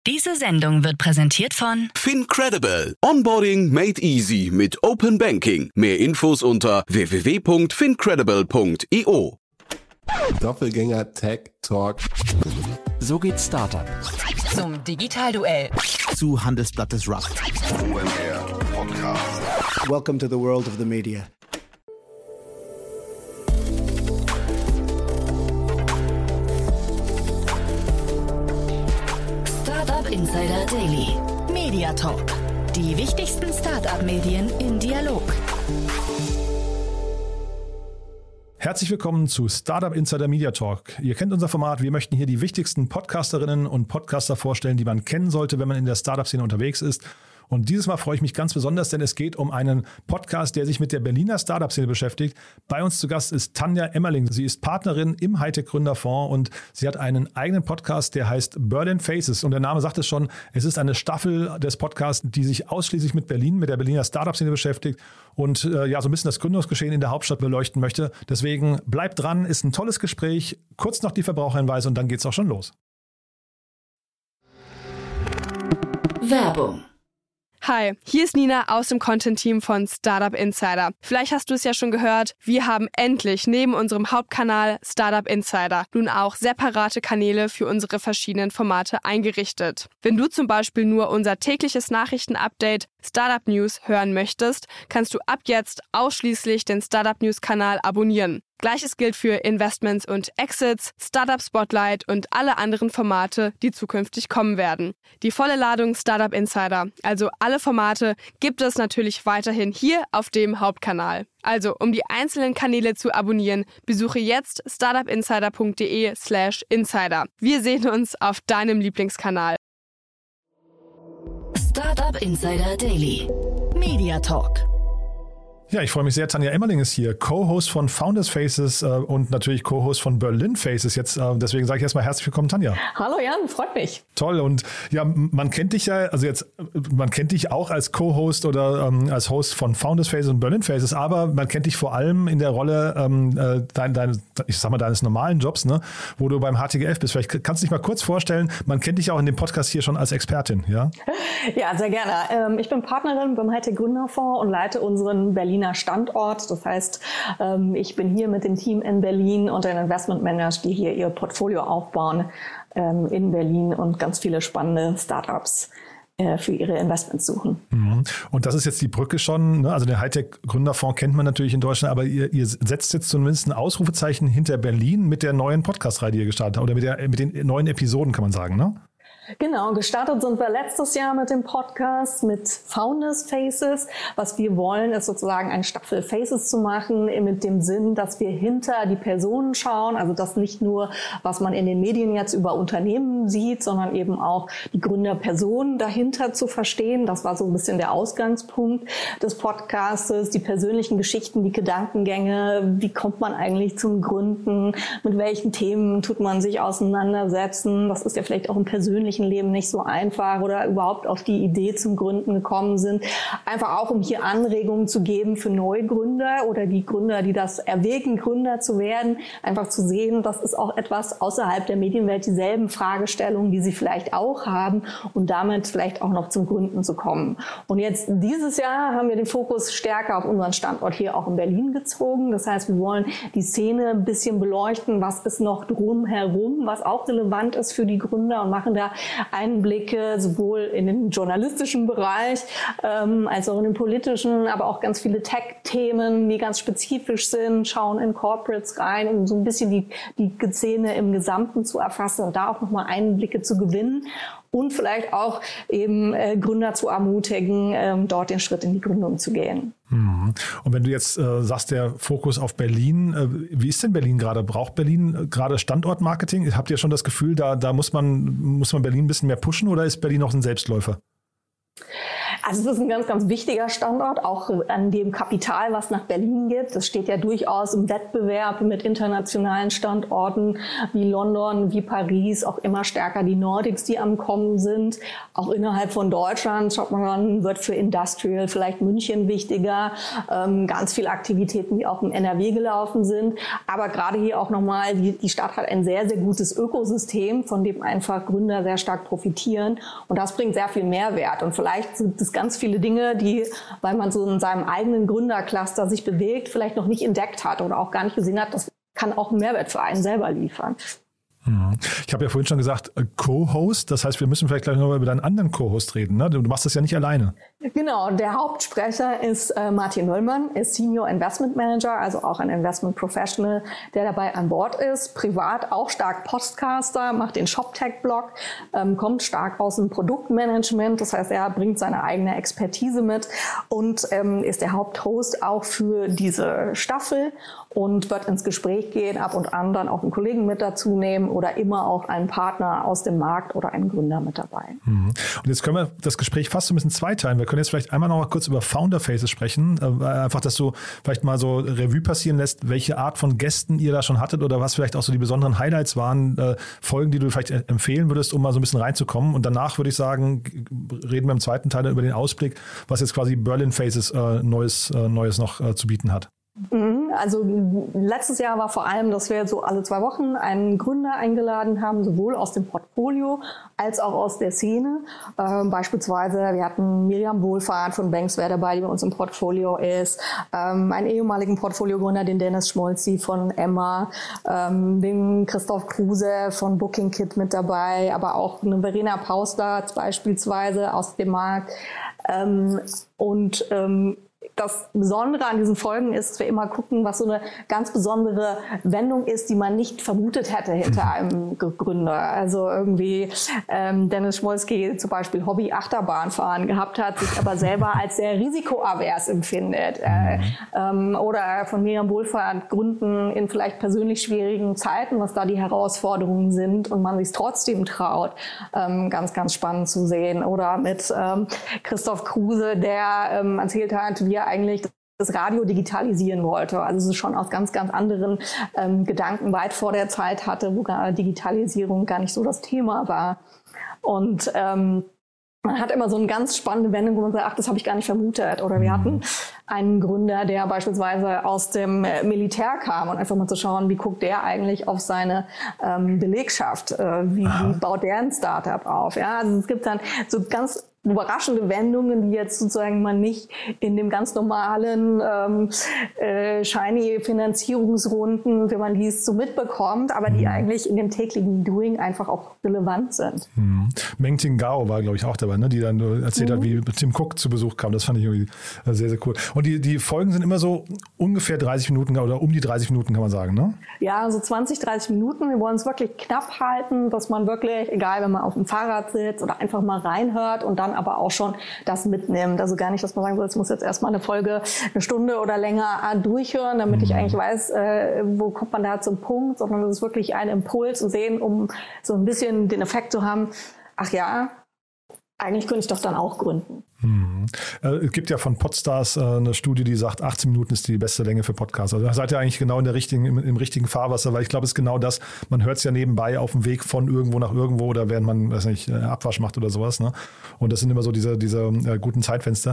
Diese Sendung wird präsentiert von FinCredible. Onboarding made easy mit Open Banking. Mehr Infos unter www.fincredible.io. Doppelgänger Tech Talk. So geht Startup. zum Digitalduell. Zu Handelsblatt des Rough. Welcome to the world of the media. Startup Insider Daily. Media Talk. Die wichtigsten Startup-Medien im Dialog. Herzlich willkommen zu Startup Insider Media Talk. Ihr kennt unser Format. Wir möchten hier die wichtigsten Podcasterinnen und Podcaster vorstellen, die man kennen sollte, wenn man in der Startup-Szene unterwegs ist. Und dieses Mal freue ich mich ganz besonders, denn es geht um einen Podcast, der sich mit der Berliner Startup-Szene beschäftigt. Bei uns zu Gast ist Tanja Emmerling. Sie ist Partnerin im Hightech-Gründerfonds und sie hat einen eigenen Podcast, der heißt Berlin Faces. Und der Name sagt es schon, es ist eine Staffel des Podcasts, die sich ausschließlich mit Berlin, mit der Berliner Startup-Szene beschäftigt und so ein bisschen das Gründungsgeschehen in der Hauptstadt beleuchten möchte. Deswegen bleibt dran, ist ein tolles Gespräch. Kurz noch die Verbraucherhinweise und dann geht's auch schon los. Werbung. Hi, hier ist Nina aus dem Content-Team von Startup Insider. Vielleicht hast du es ja schon gehört, wir haben endlich neben unserem Hauptkanal Startup Insider nun auch separate Kanäle für unsere verschiedenen Formate eingerichtet. Wenn du zum Beispiel nur unser tägliches Nachrichtenupdate Startup News hören möchtest, kannst du ab jetzt ausschließlich den Startup News-Kanal abonnieren. Gleiches gilt für Investments und Exits, Startup Spotlight und alle anderen Formate, die zukünftig kommen werden. Die volle Ladung Startup Insider, also alle Formate, gibt es natürlich weiterhin hier auf dem Hauptkanal. Also, um die einzelnen Kanäle zu abonnieren, besuche jetzt startupinsider.de/insider. Wir sehen uns auf deinem Lieblingskanal. Startup Insider Daily. Media Talk. Ja, ich freue mich sehr. Tanja Emmerling ist hier, Co-Host von Founders Faces und natürlich Co-Host von Berlin Faces. Jetzt deswegen sage ich erstmal herzlich willkommen, Tanja. Hallo Jan, freut mich. Toll. Und ja, man kennt dich ja, man kennt dich auch als Co-Host oder als Host von Founders Faces und Berlin Faces, aber man kennt dich vor allem in der Rolle deines normalen Jobs, ne, wo du beim HTGF bist. Vielleicht kannst du dich mal kurz vorstellen, man kennt dich auch in dem Podcast hier schon als Expertin, ja? Ja, sehr gerne. Ich bin Partnerin beim Hightech-Gründerfonds und leite unseren Berliner Standort. Das heißt, ich bin hier mit dem Team in Berlin und den Investmentmanagern, die hier ihr Portfolio aufbauen in Berlin und ganz viele spannende Startups für ihre Investments suchen. Und das ist jetzt die Brücke schon, ne? Also den Hightech-Gründerfonds kennt man natürlich in Deutschland, aber ihr setzt jetzt zumindest ein Ausrufezeichen hinter Berlin mit der neuen Podcast-Reihe, die ihr gestartet habt, oder mit den neuen Episoden, kann man sagen, ne? Genau, gestartet sind wir letztes Jahr mit dem Podcast mit Founders Faces. Was wir wollen, ist sozusagen eine Staffel Faces zu machen, mit dem Sinn, dass wir hinter die Personen schauen. Also das nicht nur, was man in den Medien jetzt über Unternehmen sieht, sondern eben auch die Gründerpersonen dahinter zu verstehen. Das war so ein bisschen der Ausgangspunkt des Podcastes, die persönlichen Geschichten, die Gedankengänge. Wie kommt man eigentlich zum Gründen? Mit welchen Themen tut man sich auseinandersetzen? Das ist ja vielleicht auch im persönlichen Leben nicht so einfach oder überhaupt auf die Idee zum Gründen gekommen sind. Einfach auch, um hier Anregungen zu geben für Neugründer oder die Gründer, die das erwägen, Gründer zu werden. Einfach zu sehen, das ist auch etwas außerhalb der Medienwelt, dieselben Fragestellungen, die sie vielleicht auch haben und damit vielleicht auch noch zum Gründen zu kommen. Und jetzt dieses Jahr haben wir den Fokus stärker auf unseren Standort hier auch in Berlin gezogen. Das heißt, wir wollen die Szene ein bisschen beleuchten, was ist noch drumherum, was auch relevant ist für die Gründer und machen da Einblicke sowohl in den journalistischen Bereich als auch in den politischen, aber auch ganz viele Tech-Themen, die ganz spezifisch sind, schauen in Corporates rein, um so ein bisschen die Szene im Gesamten zu erfassen und da auch nochmal Einblicke zu gewinnen und vielleicht auch eben Gründer zu ermutigen, dort den Schritt in die Gründung zu gehen. Und wenn du jetzt sagst, der Fokus auf Berlin, wie ist denn Berlin gerade? Braucht Berlin gerade Standortmarketing? Habt ihr schon das Gefühl, da muss man Berlin ein bisschen mehr pushen oder ist Berlin noch ein Selbstläufer? Also es ist ein ganz, ganz wichtiger Standort, auch an dem Kapital, was nach Berlin geht. Das steht ja durchaus im Wettbewerb mit internationalen Standorten wie London, wie Paris, auch immer stärker die Nordics, die am Kommen sind. Auch innerhalb von Deutschland, schaut man an, wird für Industrial vielleicht München wichtiger. Ganz viele Aktivitäten, die auch im NRW gelaufen sind. Aber gerade hier auch nochmal, die Stadt hat ein sehr, sehr gutes Ökosystem, von dem einfach Gründer sehr stark profitieren. Und das bringt sehr viel Mehrwert. Und vielleicht sind es ganz viele Dinge, die, weil man so in seinem eigenen Gründercluster sich bewegt, vielleicht noch nicht entdeckt hat oder auch gar nicht gesehen hat, das kann auch einen Mehrwert für einen selber liefern. Ich habe ja vorhin schon gesagt, Co-Host, das heißt, wir müssen vielleicht gleich noch über deinen anderen Co-Host reden, ne? Du machst das ja nicht alleine. Genau, der Hauptsprecher ist Martin Möllmann, ist Senior Investment Manager, also auch ein Investment Professional, der dabei an Bord ist. Privat auch stark Podcaster, macht den ShopTech-Blog, kommt stark aus dem Produktmanagement, das heißt, er bringt seine eigene Expertise mit und ist der Haupthost auch für diese Staffel und wird ins Gespräch gehen, ab und an dann auch einen Kollegen mit dazu nehmen oder immer auch einen Partner aus dem Markt oder einen Gründer mit dabei. Und jetzt können wir das Gespräch fast so ein bisschen zweiteilen. Wir können jetzt vielleicht einmal noch mal kurz über Founder Faces sprechen. Einfach, dass du vielleicht mal so Revue passieren lässt, welche Art von Gästen ihr da schon hattet oder was vielleicht auch so die besonderen Highlights waren, Folgen, die du vielleicht empfehlen würdest, um mal so ein bisschen reinzukommen. Und danach würde ich sagen, reden wir im zweiten Teil über den Ausblick, was jetzt quasi Berlin Faces Neues noch zu bieten hat. Also letztes Jahr war vor allem, dass wir so alle 2 Wochen einen Gründer eingeladen haben, sowohl aus dem Portfolio als auch aus der Szene. Beispielsweise, wir hatten Miriam Wohlfahrt von Banksware dabei, die bei uns im Portfolio ist, einen ehemaligen Portfoliogründer, den Dennis Schmolzi von Emma, den Christoph Kruse von BookingKit mit dabei, aber auch eine Verena Pauslatz beispielsweise aus dem Markt. Das Besondere an diesen Folgen ist, dass wir immer gucken, was so eine ganz besondere Wendung ist, die man nicht vermutet hätte hinter einem Gründer. Also irgendwie Dennis Schmolski zum Beispiel Hobby-Achterbahnfahren gehabt hat, sich aber selber als sehr risikoavers empfindet. Oder von Miriam Wohlfahrt Gründen in vielleicht persönlich schwierigen Zeiten, was da die Herausforderungen sind und man sich trotzdem traut. Ganz, ganz spannend zu sehen. Oder mit Christoph Kruse, der erzählt hat, wie er eigentlich das Radio digitalisieren wollte. Also es ist schon aus ganz, ganz anderen Gedanken weit vor der Zeit hatte, wo Digitalisierung gar nicht so das Thema war. Und man hat immer so eine ganz spannende Wendung, wo man sagt, ach, das habe ich gar nicht vermutet. Oder wir hatten einen Gründer, der beispielsweise aus dem Militär kam und einfach mal zu schauen, wie guckt der eigentlich auf seine Belegschaft? Wie baut der ein Startup auf? Ja, also es gibt dann so ganz überraschende Wendungen, die jetzt sozusagen man nicht in dem ganz normalen shiny Finanzierungsrunden, wenn man dies so mitbekommt, aber die eigentlich in dem täglichen Doing einfach auch relevant sind. Mengting Gao war, glaube ich, auch dabei, ne? Die dann erzählt hat, wie Tim Cook zu Besuch kam. Das fand ich irgendwie sehr, sehr cool. Und die Folgen sind immer so ungefähr 30 Minuten oder um die 30 Minuten, kann man sagen, ne? Ja, so 20, 30 Minuten. Wir wollen es wirklich knapp halten, dass man wirklich, egal, wenn man auf dem Fahrrad sitzt oder einfach mal reinhört und dann aber auch schon das mitnimmt. Also gar nicht, dass man sagen soll, es muss jetzt erstmal eine Folge 1 Stunde oder länger durchhören, damit ich eigentlich weiß, wo kommt man da zum Punkt, sondern es ist wirklich ein Impuls zu sehen, um so ein bisschen den Effekt zu haben, ach ja, eigentlich könnte ich doch dann auch gründen. Es gibt ja von Podstars eine Studie, die sagt, 18 Minuten ist die beste Länge für Podcasts. Also da seid ihr eigentlich genau im richtigen Fahrwasser, weil ich glaube, es ist genau das, man hört es ja nebenbei auf dem Weg von irgendwo nach irgendwo oder während man, weiß nicht, Abwasch macht oder sowas. Ne? Und das sind immer so diese guten Zeitfenster.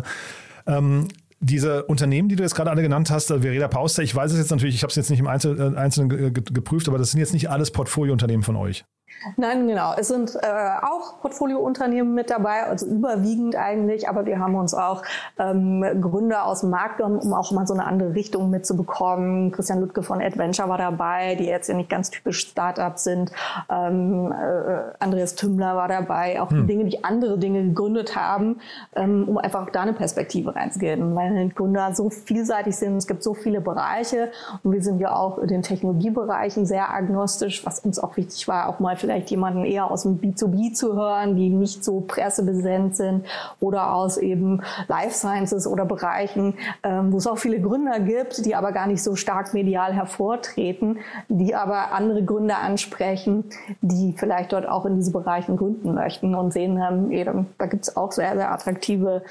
Diese Unternehmen, die du jetzt gerade alle genannt hast, Verena Pauster, ich weiß es jetzt natürlich, ich habe es jetzt nicht im Einzelnen geprüft, aber das sind jetzt nicht alles Portfoliounternehmen von euch. Nein, genau. Es sind auch Portfoliounternehmen mit dabei, also überwiegend eigentlich, aber wir haben uns auch Gründer aus dem Markt genommen, um auch mal so eine andere Richtung mitzubekommen. Christian Lüttke von Adventure war dabei, die jetzt ja nicht ganz typisch Startups sind. Andreas Tümmler war dabei, auch die Dinge, die andere Dinge gegründet haben, um einfach auch da eine Perspektive reinzugeben, weil Gründer so vielseitig sind, es gibt so viele Bereiche und wir sind ja auch in den Technologiebereichen sehr agnostisch, was uns auch wichtig war, auch mal vielleicht jemanden eher aus dem B2B zu hören, die nicht so pressepräsent sind oder aus eben Life Sciences oder Bereichen, wo es auch viele Gründer gibt, die aber gar nicht so stark medial hervortreten, die aber andere Gründer ansprechen, die vielleicht dort auch in diese Bereichen gründen möchten und sehen, da gibt es auch sehr, sehr attraktive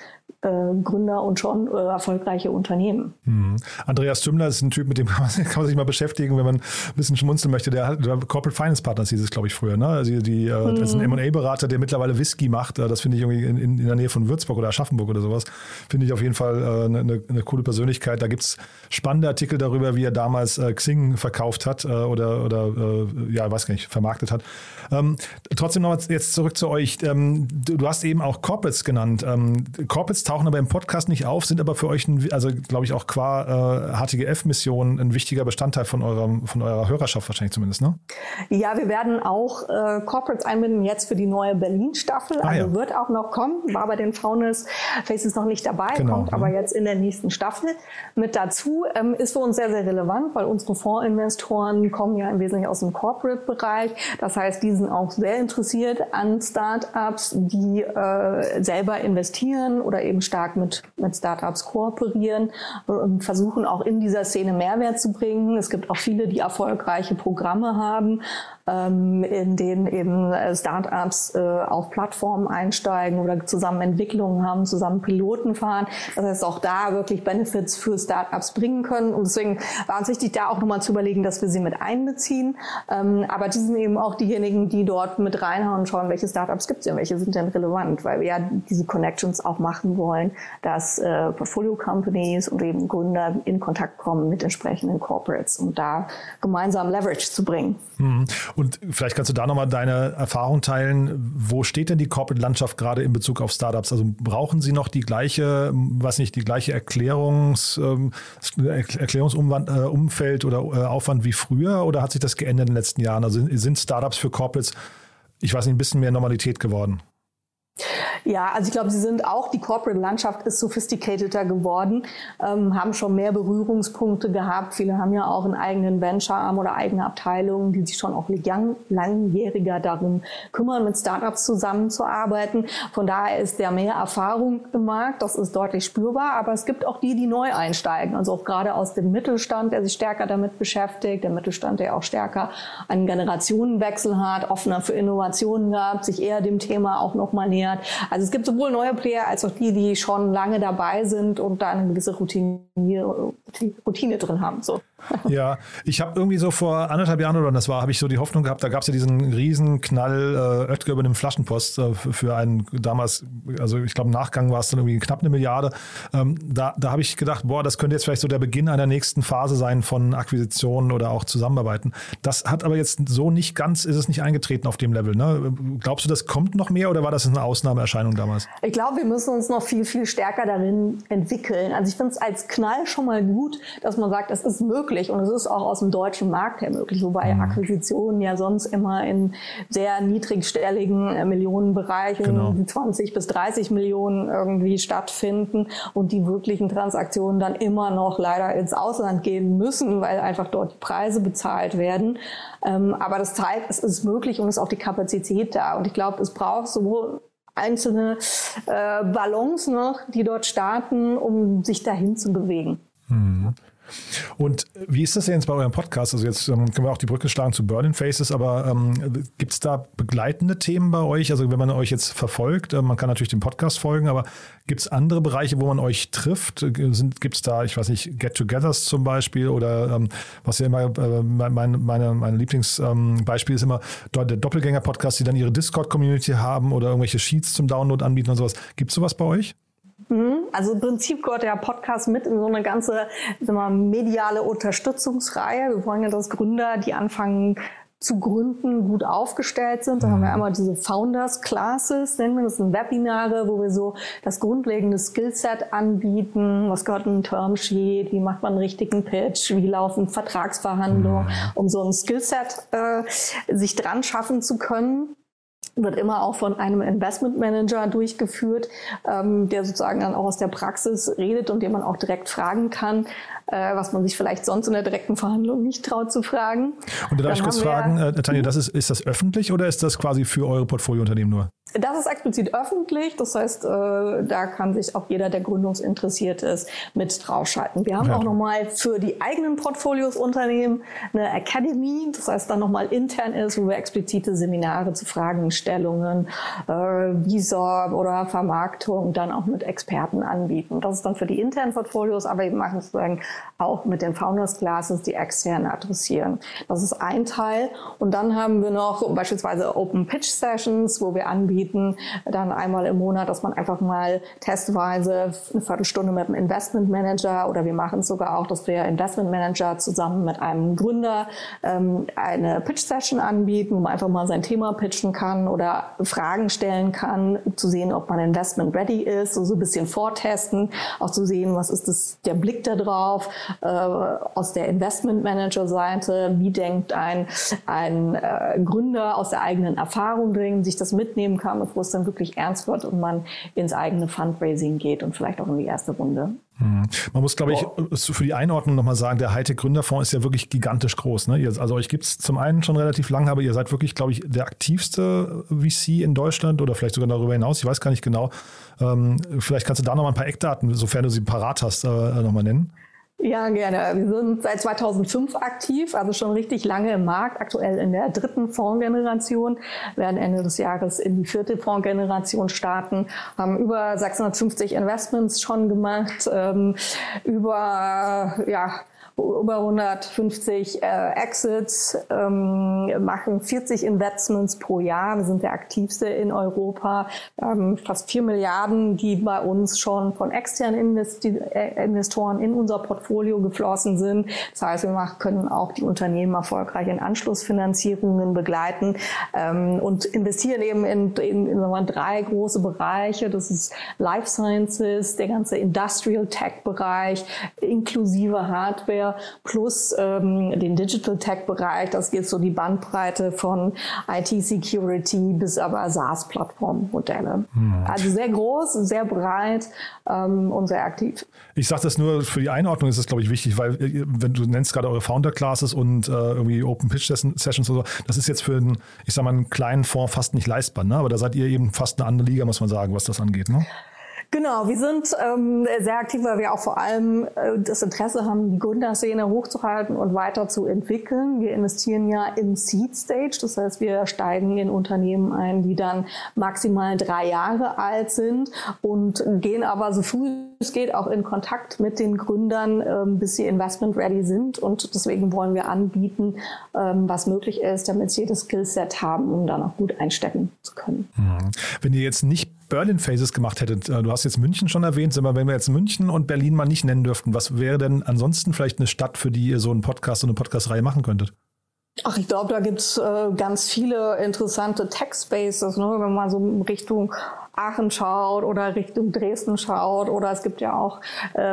Gründer und schon erfolgreiche Unternehmen. Andreas Tümmler ist ein Typ, mit dem kann man sich mal beschäftigen, wenn man ein bisschen schmunzeln möchte. Der Corporate Finance Partners hieß es, glaube ich, früher. Ne? Also das ist ein M&A-Berater, der mittlerweile Whisky macht. Das finde ich irgendwie in der Nähe von Würzburg oder Aschaffenburg oder sowas. Finde ich auf jeden Fall eine coole Persönlichkeit. Da gibt es spannende Artikel darüber, wie er damals Xing verkauft hat oder weiß gar nicht, vermarktet hat. Trotzdem noch jetzt zurück zu euch. Du hast eben auch Corporates genannt. Corporates tauchen aber im Podcast nicht auf, sind aber für euch, glaube ich, auch qua HTGF-Mission ein wichtiger Bestandteil von eurer Hörerschaft wahrscheinlich zumindest, ne? Ja, wir werden auch Corporates einbinden jetzt für die neue Berlin-Staffel. Wird auch noch kommen, war bei den Founders Faces noch nicht dabei, kommt aber jetzt in der nächsten Staffel mit dazu. Ist für uns sehr, sehr relevant, weil unsere Fondsinvestoren kommen ja im Wesentlichen aus dem Corporate-Bereich. Das heißt, die sind auch sehr interessiert an Startups, die selber investieren oder eben stark mit Startups kooperieren und versuchen auch in dieser Szene Mehrwert zu bringen. Es gibt auch viele, die erfolgreiche Programme haben, in denen eben Startups auf Plattformen einsteigen oder zusammen Entwicklungen haben, zusammen Piloten fahren. Das heißt, auch da wirklich Benefits für Startups bringen können. Und deswegen war uns wichtig, da auch nochmal zu überlegen, dass wir sie mit einbeziehen. Aber die sind eben auch diejenigen, die dort mit reinhauen und schauen, welche Startups gibt es denn, welche sind denn relevant, weil wir ja diese Connections auch machen wollen, dass Portfolio-Companies und eben Gründer in Kontakt kommen mit entsprechenden Corporates, um da gemeinsam Leverage zu bringen. Und vielleicht kannst du da nochmal deine Erfahrung tteilen. Wo steht denn die Corporate-Landschaft gerade in Bezug auf Startups? Also brauchen sie noch die gleiche Erklärungsumfeld oder Aufwand wie früher, oder hat sich das geändert in den letzten Jahren? Also sind Startups für Corporates, ich weiß nicht, ein bisschen mehr Normalität geworden? Ja, also ich glaube, die Corporate-Landschaft ist sophisticateder geworden, haben schon mehr Berührungspunkte gehabt. Viele haben ja auch einen eigenen Venture-Arm oder eigene Abteilungen, die sich schon auch langjähriger darum kümmern, mit Startups zusammenzuarbeiten. Von daher ist der mehr Erfahrung im Markt, das ist deutlich spürbar. Aber es gibt auch die neu einsteigen, also auch gerade aus dem Mittelstand, der sich stärker damit beschäftigt, der Mittelstand, der auch stärker einen Generationenwechsel hat, offener für Innovationen gab, sich eher dem Thema auch nochmal nähert. Also es gibt sowohl neue Player als auch die schon lange dabei sind und da eine gewisse Routine drin haben. So. Ja, ich habe irgendwie so vor 1,5 Jahren habe ich so die Hoffnung gehabt, da gab es ja diesen riesen Knall Oetker über dem Flaschenpost für einen damals, also ich glaube im Nachgang war es dann irgendwie knapp 1 Milliarde. Da habe ich gedacht, das könnte jetzt vielleicht so der Beginn einer nächsten Phase sein von Akquisitionen oder auch Zusammenarbeiten. Das hat aber jetzt so nicht ganz, ist es nicht eingetreten auf dem Level. Ne? Glaubst du, das kommt noch mehr oder war das eine Ausnahmeerscheinung damals? Ich glaube, wir müssen uns noch viel, viel stärker darin entwickeln. Also ich finde es als Knall schon mal gut, dass man sagt, es ist möglich und es ist auch aus dem deutschen Markt her möglich, wobei Akquisitionen ja sonst immer in sehr niedrigstelligen Millionenbereichen, die 20 bis 30 Millionen irgendwie stattfinden und die wirklichen Transaktionen dann immer noch leider ins Ausland gehen müssen, weil einfach dort die Preise bezahlt werden. Aber das zeigt, es ist möglich und es ist auch die Kapazität da. Und ich glaube, es braucht sowohl einzelne Ballons noch, die dort starten, um sich dahin zu bewegen. Und wie ist das denn jetzt bei eurem Podcast? Also jetzt können wir auch die Brücke schlagen zu Burning Faces, aber gibt es da begleitende Themen bei euch? Also wenn man euch jetzt verfolgt, man kann natürlich dem Podcast folgen, aber gibt es andere Bereiche, wo man euch trifft? Gibt es da, ich weiß nicht, Get-togethers zum Beispiel oder was ja immer meine Lieblingsbeispiel ist immer der Doppelgänger-Podcast, die dann ihre Discord-Community haben oder irgendwelche Sheets zum Download anbieten und sowas. Gibt es sowas bei euch? Also im Prinzip gehört der Podcast mit in so eine ganze mediale Unterstützungsreihe. Wir wollen ja, dass Gründer, die anfangen zu gründen, gut aufgestellt sind. Da haben wir einmal diese Founders Classes, nennen wir das, sind Webinare, wo wir so das grundlegende Skillset anbieten. Was gehört ein Termsheet? Wie macht man einen richtigen Pitch? Wie laufen Vertragsverhandlungen? Um so ein Skillset sich dran schaffen zu können. Wird immer auch von einem Investmentmanager durchgeführt, der sozusagen dann auch aus der Praxis redet und den man auch direkt fragen kann, was man sich vielleicht sonst in der direkten Verhandlung nicht traut zu fragen. Und da darf ich kurz fragen, Tanja, ist das öffentlich oder ist das quasi für eure Portfoliounternehmen nur? Das ist explizit öffentlich, das heißt, da kann sich auch jeder, der gründungsinteressiert ist, mit draufschalten. Wir haben auch nochmal für die eigenen Portfolios Unternehmen eine Academy, das heißt dann nochmal intern ist, wo wir explizite Seminare zu Fragestellungen, Visa oder Vermarktung dann auch mit Experten anbieten. Das ist dann für die internen Portfolios, aber wir machen es sozusagen auch mit den Founders Classes, die extern adressieren. Das ist ein Teil. Und dann haben wir noch beispielsweise Open Pitch Sessions, wo wir anbieten, dann einmal im Monat, dass man einfach mal testweise eine Viertelstunde mit einem Investment Manager oder wir machen es sogar auch, dass wir Investment Manager zusammen mit einem Gründer eine Pitch Session anbieten, wo man einfach mal sein Thema pitchen kann oder Fragen stellen kann, zu sehen, ob man Investment ready ist, so ein bisschen vortesten, auch zu sehen, was ist der Blick da drauf, aus der Investment Manager Seite, wie denkt ein Gründer aus der eigenen Erfahrung drin, sich das mitnehmen kann, bevor es dann wirklich ernst wird und man ins eigene Fundraising geht und vielleicht auch in die erste Runde. Man muss, glaube ich, für die Einordnung nochmal sagen, der Hightech Gründerfonds ist ja wirklich gigantisch groß. Ne? Also euch gibt es zum einen schon relativ lange, aber ihr seid wirklich, glaube ich, der aktivste VC in Deutschland oder vielleicht sogar darüber hinaus. Ich weiß gar nicht genau. Vielleicht kannst du da noch mal ein paar Eckdaten, sofern du sie parat hast, nochmal nennen. Ja, gerne. Wir sind seit 2005 aktiv, also schon richtig lange im Markt, aktuell in der 3. Fondsgeneration, werden Ende des Jahres in die 4. Fondsgeneration starten, haben über 650 Investments schon gemacht, über 150 Exits, machen 40 Investments pro Jahr. Wir sind der aktivste in Europa. Fast 4 Milliarden, die bei uns schon von externen Investoren in unser Portfolio geflossen sind. Das heißt, wir können auch die Unternehmen erfolgreich in Anschlussfinanzierungen begleiten und investieren eben in 3 große Bereiche. Das ist Life Sciences, der ganze Industrial Tech Bereich, inklusive Hardware, plus den Digital Tech Bereich. Das geht so die Bandbreite von IT-Security bis aber SaaS-Plattformmodelle. Also sehr groß, sehr breit und sehr aktiv. Ich sage das nur für die Einordnung, ist das, glaube ich, wichtig, weil wenn du nennst gerade eure Founder-Classes und irgendwie Open-Pitch-Sessions und so, das ist jetzt für einen kleinen Fonds fast nicht leistbar, ne? Aber da seid ihr eben fast eine andere Liga, muss man sagen, was das angeht, ne? Genau, wir sind sehr aktiv, weil wir auch vor allem das Interesse haben, die Gründerszene hochzuhalten und weiterzuentwickeln. Wir investieren ja in Seed Stage, das heißt, wir steigen in Unternehmen ein, die dann maximal 3 Jahre alt sind und gehen aber so früh es geht auch in Kontakt mit den Gründern, bis sie investment ready sind. Und deswegen wollen wir anbieten, was möglich ist, damit sie das Skillset haben, um dann auch gut einstecken zu können. Wenn ihr jetzt nicht Berlin Phases gemacht hättet, du hast jetzt München schon erwähnt, wenn wir jetzt München und Berlin mal nicht nennen dürften, was wäre denn ansonsten vielleicht eine Stadt, für die ihr so einen Podcast und eine Podcast-Reihe machen könntet? Ach, ich glaube, da gibt's ganz viele interessante Tech-Spaces, ne? Wenn man mal so Richtung Aachen schaut oder Richtung Dresden schaut, oder es gibt ja auch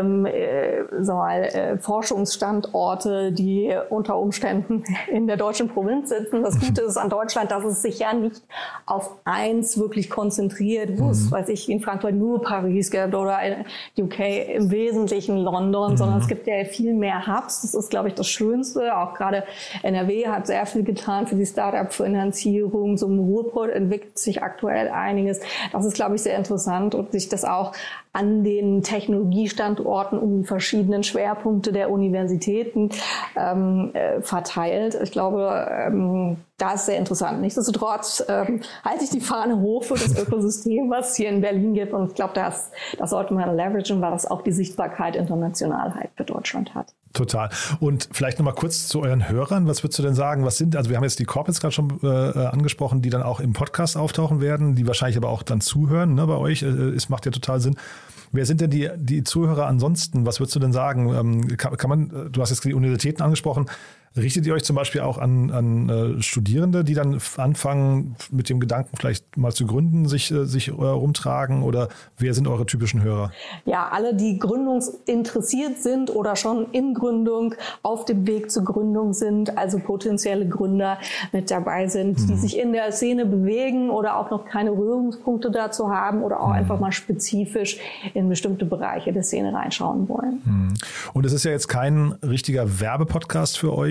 Forschungsstandorte, die unter Umständen in der deutschen Provinz sitzen. Das Gute ist an Deutschland, dass es sich ja nicht auf eins wirklich konzentriert, wo es, weiß ich, in Frankfurt nur Paris gibt oder in UK im Wesentlichen London, sondern es gibt ja viel mehr Hubs. Das ist, glaube ich, das Schönste. Auch gerade NRW hat sehr viel getan für die Start-up-Finanzierung. So im Ruhrpott entwickelt sich aktuell einiges. Das ist, glaube ich, sehr interessant und sich das auch an den Technologiestandorten um die verschiedenen Schwerpunkte der Universitäten verteilt. Ich glaube, das ist sehr interessant. Nichtsdestotrotz halte ich die Fahne hoch für das Ökosystem, was es hier in Berlin gibt. Und ich glaube, das sollte man leveragen, weil das auch die Sichtbarkeit international halt für Deutschland hat. Total. Und vielleicht nochmal kurz zu euren Hörern. Was würdest du denn sagen? Also wir haben jetzt die Corporates gerade schon angesprochen, die dann auch im Podcast auftauchen werden, die wahrscheinlich aber auch dann zuhören, ne, bei euch. Es macht ja total Sinn. Wer sind denn die Zuhörer ansonsten? Was würdest du denn sagen? Du hast jetzt die Universitäten angesprochen. Richtet ihr euch zum Beispiel auch an Studierende, die dann anfangen, mit dem Gedanken vielleicht mal zu gründen, sich rumtragen? Oder wer sind eure typischen Hörer? Ja, alle, die gründungsinteressiert sind oder schon in Gründung, auf dem Weg zur Gründung sind, also potenzielle Gründer mit dabei sind, die sich in der Szene bewegen oder auch noch keine Berührungspunkte dazu haben oder auch einfach mal spezifisch in bestimmte Bereiche der Szene reinschauen wollen. Und es ist ja jetzt kein richtiger Werbepodcast für euch,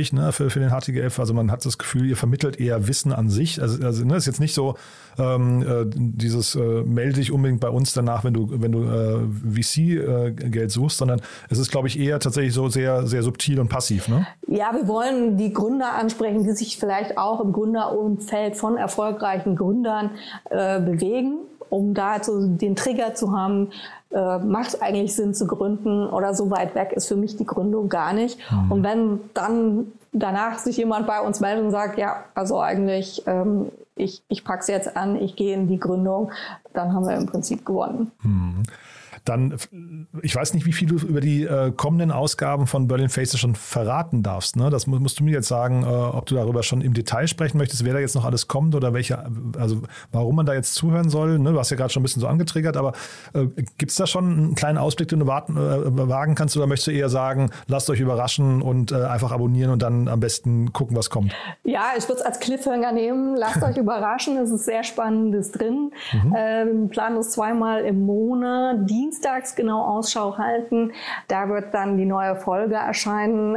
euch, ne, für den HTGF. Also man hat das Gefühl, ihr vermittelt eher Wissen an sich. Also ne, ist jetzt nicht so dieses melde dich unbedingt bei uns danach, wenn du VC-Geld suchst, sondern es ist, glaube ich, eher tatsächlich so sehr, sehr subtil und passiv. Ne? Ja, wir wollen die Gründer ansprechen, die sich vielleicht auch im Gründerumfeld von erfolgreichen Gründern bewegen, um da so den Trigger zu haben, macht es eigentlich Sinn zu gründen oder so weit weg ist für mich die Gründung gar nicht. Und wenn dann danach sich jemand bei uns meldet und sagt, ja, also eigentlich ich pack's jetzt an, ich gehe in die Gründung, dann haben wir im Prinzip gewonnen. Dann, ich weiß nicht, wie viel du über die kommenden Ausgaben von Berlin Faces schon verraten darfst. Ne? Das musst du mir jetzt sagen, ob du darüber schon im Detail sprechen möchtest, wer da jetzt noch alles kommt oder also warum man da jetzt zuhören soll. Ne? Du hast ja gerade schon ein bisschen so angetriggert, aber gibt es da schon einen kleinen Ausblick, den du wagen kannst, oder möchtest du eher sagen, lasst euch überraschen und einfach abonnieren und dann am besten gucken, was kommt? Ja, ich würde es als Cliffhanger nehmen. Lasst euch überraschen, es ist sehr Spannendes drin. Wir planen es 2-mal im Monat, dienstags genau Ausschau halten. Da wird dann die neue Folge erscheinen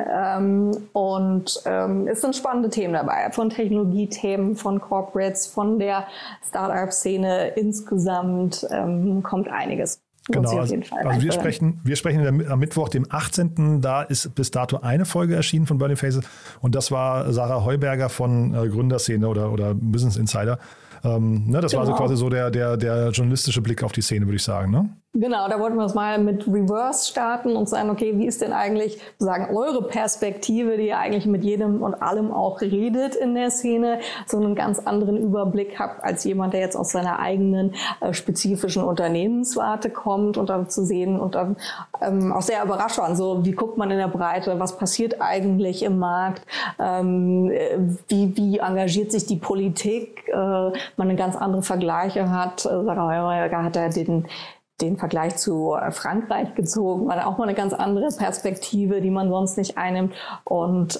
es sind spannende Themen dabei, von Technologiethemen, von Corporates, von der Startup-Szene insgesamt kommt einiges. Genau, also wir sprechen am Mittwoch, dem 18. Da ist bis dato eine Folge erschienen von Berlin Faces und das war Sarah Heuberger von Gründerszene oder Business Insider. Das war so quasi so der journalistische Blick auf die Szene, würde ich sagen, ne? Genau, da wollten wir es mal mit Reverse starten und sagen, okay, wie ist denn eigentlich sozusagen eure Perspektive, die ihr eigentlich mit jedem und allem auch redet in der Szene, so einen ganz anderen Überblick habt als jemand, der jetzt aus seiner eigenen spezifischen Unternehmenswarte kommt und dann zu sehen und dann auch sehr überraschend, so wie guckt man in der Breite, was passiert eigentlich im Markt, wie engagiert sich die Politik, man eine ganz andere Vergleiche hat. Sarah Heuberger hat ja den Vergleich zu Frankreich gezogen, war auch mal eine ganz andere Perspektive, die man sonst nicht einnimmt und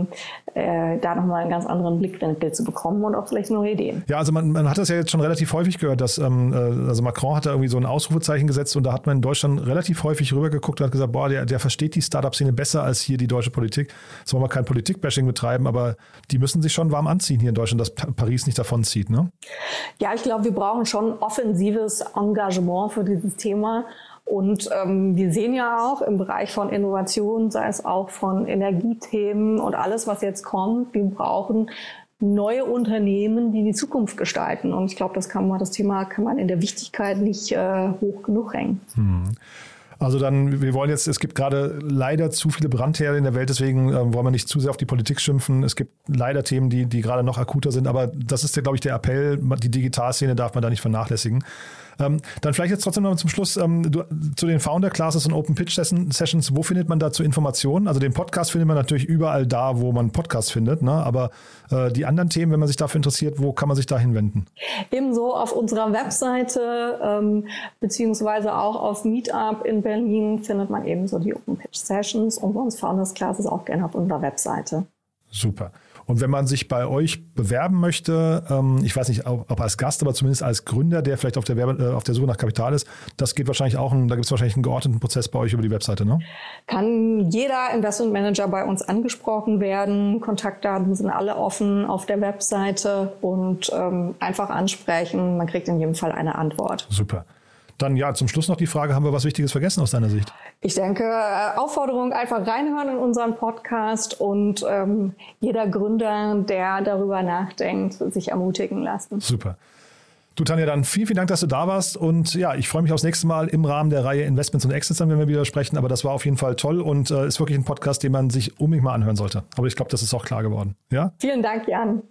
da nochmal einen ganz anderen Blickwinkel zu bekommen und auch vielleicht neue Ideen. Ja, also man hat das ja jetzt schon relativ häufig gehört, dass also Macron hat da irgendwie so ein Ausrufezeichen gesetzt und da hat man in Deutschland relativ häufig rübergeguckt und hat gesagt, boah, der versteht die Startup-Szene besser als hier die deutsche Politik. Jetzt wollen wir kein Politik-Bashing betreiben, aber die müssen sich schon warm anziehen hier in Deutschland, dass Paris nicht davonzieht, ne? Ja, ich glaube, wir brauchen schon offensives Engagement für dieses Thema. Und wir sehen ja auch im Bereich von Innovation, sei es auch von Energiethemen und alles, was jetzt kommt, wir brauchen neue Unternehmen, die Zukunft gestalten. Und ich glaube, das Thema kann man in der Wichtigkeit nicht hoch genug hängen. Also dann, es gibt gerade leider zu viele Brandherde in der Welt, deswegen wollen wir nicht zu sehr auf die Politik schimpfen. Es gibt leider Themen, die gerade noch akuter sind, aber das ist ja, glaube ich, der Appell, die Digitalszene darf man da nicht vernachlässigen. Dann vielleicht jetzt trotzdem noch zum Schluss zu den Founder Classes und Open Pitch Sessions. Wo findet man dazu Informationen? Also den Podcast findet man natürlich überall da, wo man Podcasts findet, ne? Aber die anderen Themen, wenn man sich dafür interessiert, wo kann man sich da hinwenden? Ebenso auf unserer Webseite beziehungsweise auch auf Meetup in Berlin findet man ebenso die Open Pitch Sessions und sonst Founders Classes auch gerne auf unserer Webseite. Super. Und wenn man sich bei euch bewerben möchte, ich weiß nicht, ob als Gast, aber zumindest als Gründer, der vielleicht auf der Suche nach Kapital ist, das geht wahrscheinlich auch, da gibt es wahrscheinlich einen geordneten Prozess bei euch über die Webseite, ne? Kann jeder Investmentmanager bei uns angesprochen werden. Kontaktdaten sind alle offen auf der Webseite und einfach ansprechen. Man kriegt in jedem Fall eine Antwort. Super. Dann ja, zum Schluss noch die Frage, haben wir was Wichtiges vergessen aus deiner Sicht? Ich denke, Aufforderung, einfach reinhören in unseren Podcast und jeder Gründer, der darüber nachdenkt, sich ermutigen lassen. Super. Du, Tanja, dann vielen Dank, dass du da warst und ja, ich freue mich aufs nächste Mal im Rahmen der Reihe Investments und Exits, wenn wir wieder sprechen, aber das war auf jeden Fall toll und ist wirklich ein Podcast, den man sich unbedingt mal anhören sollte. Aber ich glaube, das ist auch klar geworden. Ja? Vielen Dank, Jan.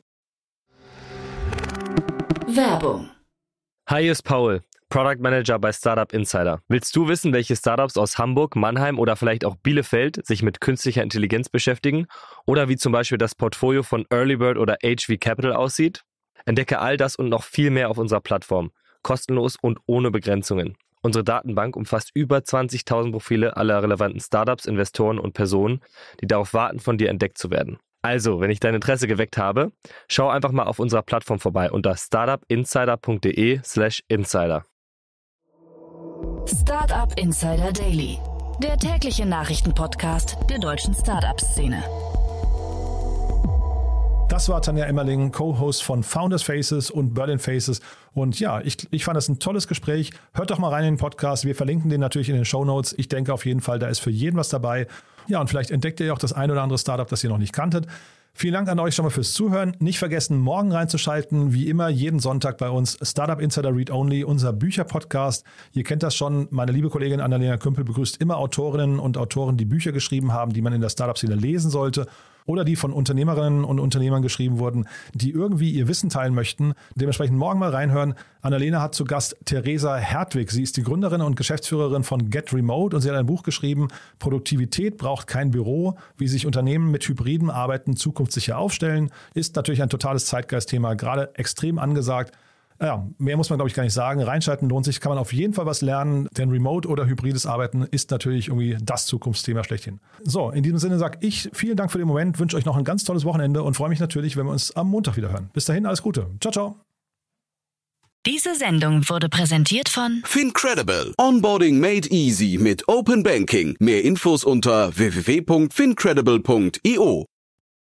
Werbung. Hi, hier ist Paul, Product Manager bei Startup Insider. Willst du wissen, welche Startups aus Hamburg, Mannheim oder vielleicht auch Bielefeld sich mit künstlicher Intelligenz beschäftigen? Oder wie zum Beispiel das Portfolio von Earlybird oder HV Capital aussieht? Entdecke all das und noch viel mehr auf unserer Plattform. Kostenlos und ohne Begrenzungen. Unsere Datenbank umfasst über 20.000 Profile aller relevanten Startups, Investoren und Personen, die darauf warten, von dir entdeckt zu werden. Also, wenn ich dein Interesse geweckt habe, schau einfach mal auf unserer Plattform vorbei unter startupinsider.de/insider. Startup Insider Daily, der tägliche Nachrichtenpodcast der deutschen Startup-Szene. Das war Tanja Emmerling, Co-Host von Founders Faces und Berlin Faces. Und ja, ich fand das ein tolles Gespräch. Hört doch mal rein in den Podcast. Wir verlinken den natürlich in den Shownotes. Ich denke auf jeden Fall, da ist für jeden was dabei. Ja, und vielleicht entdeckt ihr auch das ein oder andere Startup, das ihr noch nicht kanntet. Vielen Dank an euch schon mal fürs Zuhören. Nicht vergessen, morgen reinzuschalten. Wie immer, jeden Sonntag bei uns Startup Insider Read Only, unser Bücher-Podcast. Ihr kennt das schon. Meine liebe Kollegin Annalena Kümpel begrüßt immer Autorinnen und Autoren, die Bücher geschrieben haben, die man in der Startup-Szene lesen sollte. Oder die von Unternehmerinnen und Unternehmern geschrieben wurden, die irgendwie ihr Wissen teilen möchten. Dementsprechend morgen mal reinhören. Annalena hat zu Gast Theresa Hertwig. Sie ist die Gründerin und Geschäftsführerin von Get Remote und sie hat ein Buch geschrieben, Produktivität braucht kein Büro, wie sich Unternehmen mit hybridem Arbeiten zukunftssicher aufstellen. Ist natürlich ein totales Zeitgeistthema, gerade extrem angesagt. Ja, mehr muss man, glaube ich, gar nicht sagen. Reinschalten lohnt sich, kann man auf jeden Fall was lernen, denn Remote oder hybrides Arbeiten ist natürlich irgendwie das Zukunftsthema schlechthin. So, in diesem Sinne sage ich vielen Dank für den Moment, wünsche euch noch ein ganz tolles Wochenende und freue mich natürlich, wenn wir uns am Montag wieder hören. Bis dahin, alles Gute. Ciao, ciao. Diese Sendung wurde präsentiert von Fincredible. Onboarding made easy mit Open Banking. Mehr Infos unter www.fincredible.io.